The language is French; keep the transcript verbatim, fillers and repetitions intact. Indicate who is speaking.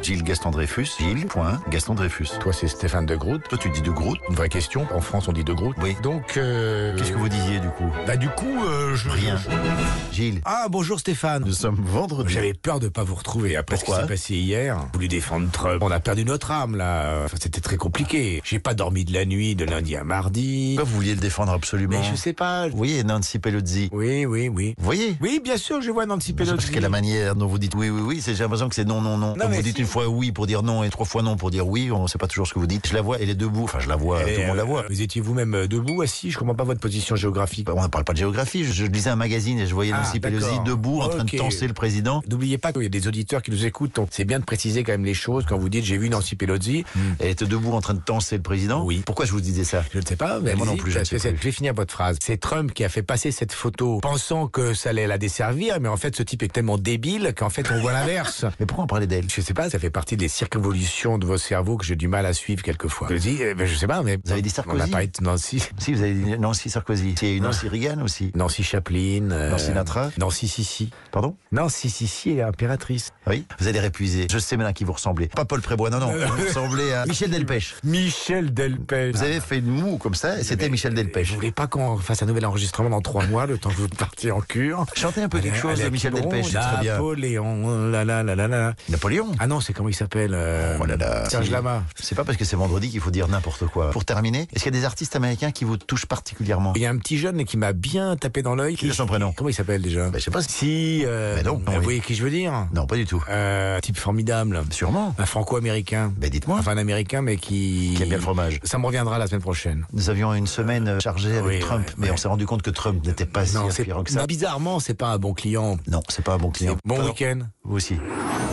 Speaker 1: Gilles Gaston Dreyfus, Gilles, point, Gaston Dreyfus.
Speaker 2: Toi, c'est Stéphane de Groot.
Speaker 1: Toi, tu dis de Groot.
Speaker 2: Une vraie question. En France, on dit de Groot.
Speaker 1: Oui.
Speaker 2: Donc, euh...
Speaker 1: Qu'est-ce que vous disiez, du coup?
Speaker 2: Bah, du coup, euh, je...
Speaker 1: Rien. Gilles.
Speaker 2: Ah, bonjour Stéphane.
Speaker 1: Nous sommes vendredi.
Speaker 2: J'avais peur de pas vous retrouver après
Speaker 1: Pourquoi?
Speaker 2: ce qui s'est passé hier. Vous voulez défendre Trump. On a perdu notre âme, là. Enfin, c'était très compliqué. J'ai pas dormi de la nuit, de lundi à mardi.
Speaker 1: Pourquoi vous vouliez le défendre absolument?
Speaker 2: Mais je sais pas.
Speaker 1: Vous voyez Nancy Pelosi.
Speaker 2: Oui, oui, oui.
Speaker 1: Vous voyez?
Speaker 2: Oui, bien sûr, je vois Nancy Pelosi.
Speaker 1: Parce que la manière dont vous dites oui, oui, oui, c'est, j'ai l'impression que c'est non, non, non.
Speaker 2: Non,
Speaker 1: Comme
Speaker 2: mais
Speaker 1: vous dites
Speaker 2: si.
Speaker 1: une fois oui pour dire non et trois fois non pour dire oui, on sait pas toujours ce que vous dites. Je la vois, elle est debout. Enfin, je la vois,
Speaker 2: Et,
Speaker 1: tout le monde la
Speaker 2: euh,
Speaker 1: voit.
Speaker 2: Vous étiez vous-même euh, debout, assis. Je comprends pas votre position géographique.
Speaker 1: On ne parle pas de géographie. Je, je lisais un magazine et je voyais
Speaker 2: Ah,
Speaker 1: Nancy Pelosi
Speaker 2: d'accord.
Speaker 1: debout en train
Speaker 2: Ok.
Speaker 1: de tancer le président.
Speaker 2: N'oubliez pas qu'il y a des auditeurs qui nous écoutent, donc c'est bien de préciser quand même les choses quand vous dites j'ai vu Nancy Pelosi.
Speaker 1: Elle était debout en train de tancer le président.
Speaker 2: Oui.
Speaker 1: Pourquoi je vous disais ça?
Speaker 2: Je ne sais pas, mais
Speaker 1: Moi non
Speaker 2: allez-y,
Speaker 1: plus, je ne
Speaker 2: parce
Speaker 1: sais
Speaker 2: que c'est-
Speaker 1: plus.
Speaker 2: Je vais finir votre phrase. C'est Trump qui a fait passer cette photo pensant que ça allait la desservir, mais en fait ce type est tellement débile qu'en fait on voit l'inverse.
Speaker 1: Mais pourquoi on parlait d'elle?
Speaker 2: Je sais pas, ça fait partie des circonvolutions de vos cerveaux que j'ai du mal à suivre quelquefois. Je dis, eh ben, je sais pas, mais...
Speaker 1: Vous avez dit
Speaker 2: On
Speaker 1: Sarkozy?
Speaker 2: a parlé de Nancy.
Speaker 1: Si, vous avez dit Nancy Sarkozy. Il y a eu Nancy Reagan aussi.
Speaker 2: Nancy Chaplin. euh,
Speaker 1: Nancy Sinatra.
Speaker 2: Nancy Sissi.
Speaker 1: Pardon?
Speaker 2: Nancy Sissi est impératrice.
Speaker 1: Oui. Vous allez répuiser. Je sais maintenant à qui vous ressemblez. Pas Paul Prébois, non, non. Vous ressemblez à Michel Delpech.
Speaker 2: Michel Delpech.
Speaker 1: Vous avez fait une moue comme ça et c'était Michel Delpech.
Speaker 2: Je voulais pas qu'on fasse un nouvel enregistrement dans trois mois, le temps que vous partiez en cure.
Speaker 1: Chantez un peu quelque chose
Speaker 2: Allez,
Speaker 1: de Michel
Speaker 2: Quiberon,
Speaker 1: Delpech, c'est très bien.
Speaker 2: Napoléon, la la la la la.
Speaker 1: Napoléon.
Speaker 2: Ah non, c'est comment il s'appelle euh,
Speaker 1: Oh là là.
Speaker 2: Serge
Speaker 1: Si.
Speaker 2: Lama.
Speaker 1: C'est pas parce que c'est vendredi qu'il faut dire n'importe quoi. Pour terminer, est-ce qu'il y a des artistes américains qui vous touchent particulièrement?
Speaker 2: Il y a un petit jeune qui m'a bien tapé dans l'œil.
Speaker 1: Quel est son prénom?
Speaker 2: Comment il s'appelle déjà?
Speaker 1: Ben, je sais pas.
Speaker 2: Si. Euh,
Speaker 1: Mais non, non,
Speaker 2: vous
Speaker 1: oui.
Speaker 2: voyez qui je veux dire?
Speaker 1: Non, pas du tout.
Speaker 2: Euh, type formidable.
Speaker 1: Sûrement.
Speaker 2: Un franco-américain.
Speaker 1: Ben dites-moi.
Speaker 2: Enfin, un américain, mais qui.
Speaker 1: Qui aime bien le fromage.
Speaker 2: Ça me reviendra la semaine prochaine.
Speaker 1: Nous avions une semaine chargée avec
Speaker 2: Oui,
Speaker 1: Trump,
Speaker 2: ouais,
Speaker 1: mais
Speaker 2: ouais.
Speaker 1: on s'est rendu compte que Trump n'était pas si
Speaker 2: Non, c'est
Speaker 1: inspirant que ça.
Speaker 2: bizarrement, c'est pas un bon client.
Speaker 1: Non, c'est pas un bon client.
Speaker 2: Bon
Speaker 1: Pardon.
Speaker 2: week-end.
Speaker 1: Vous aussi.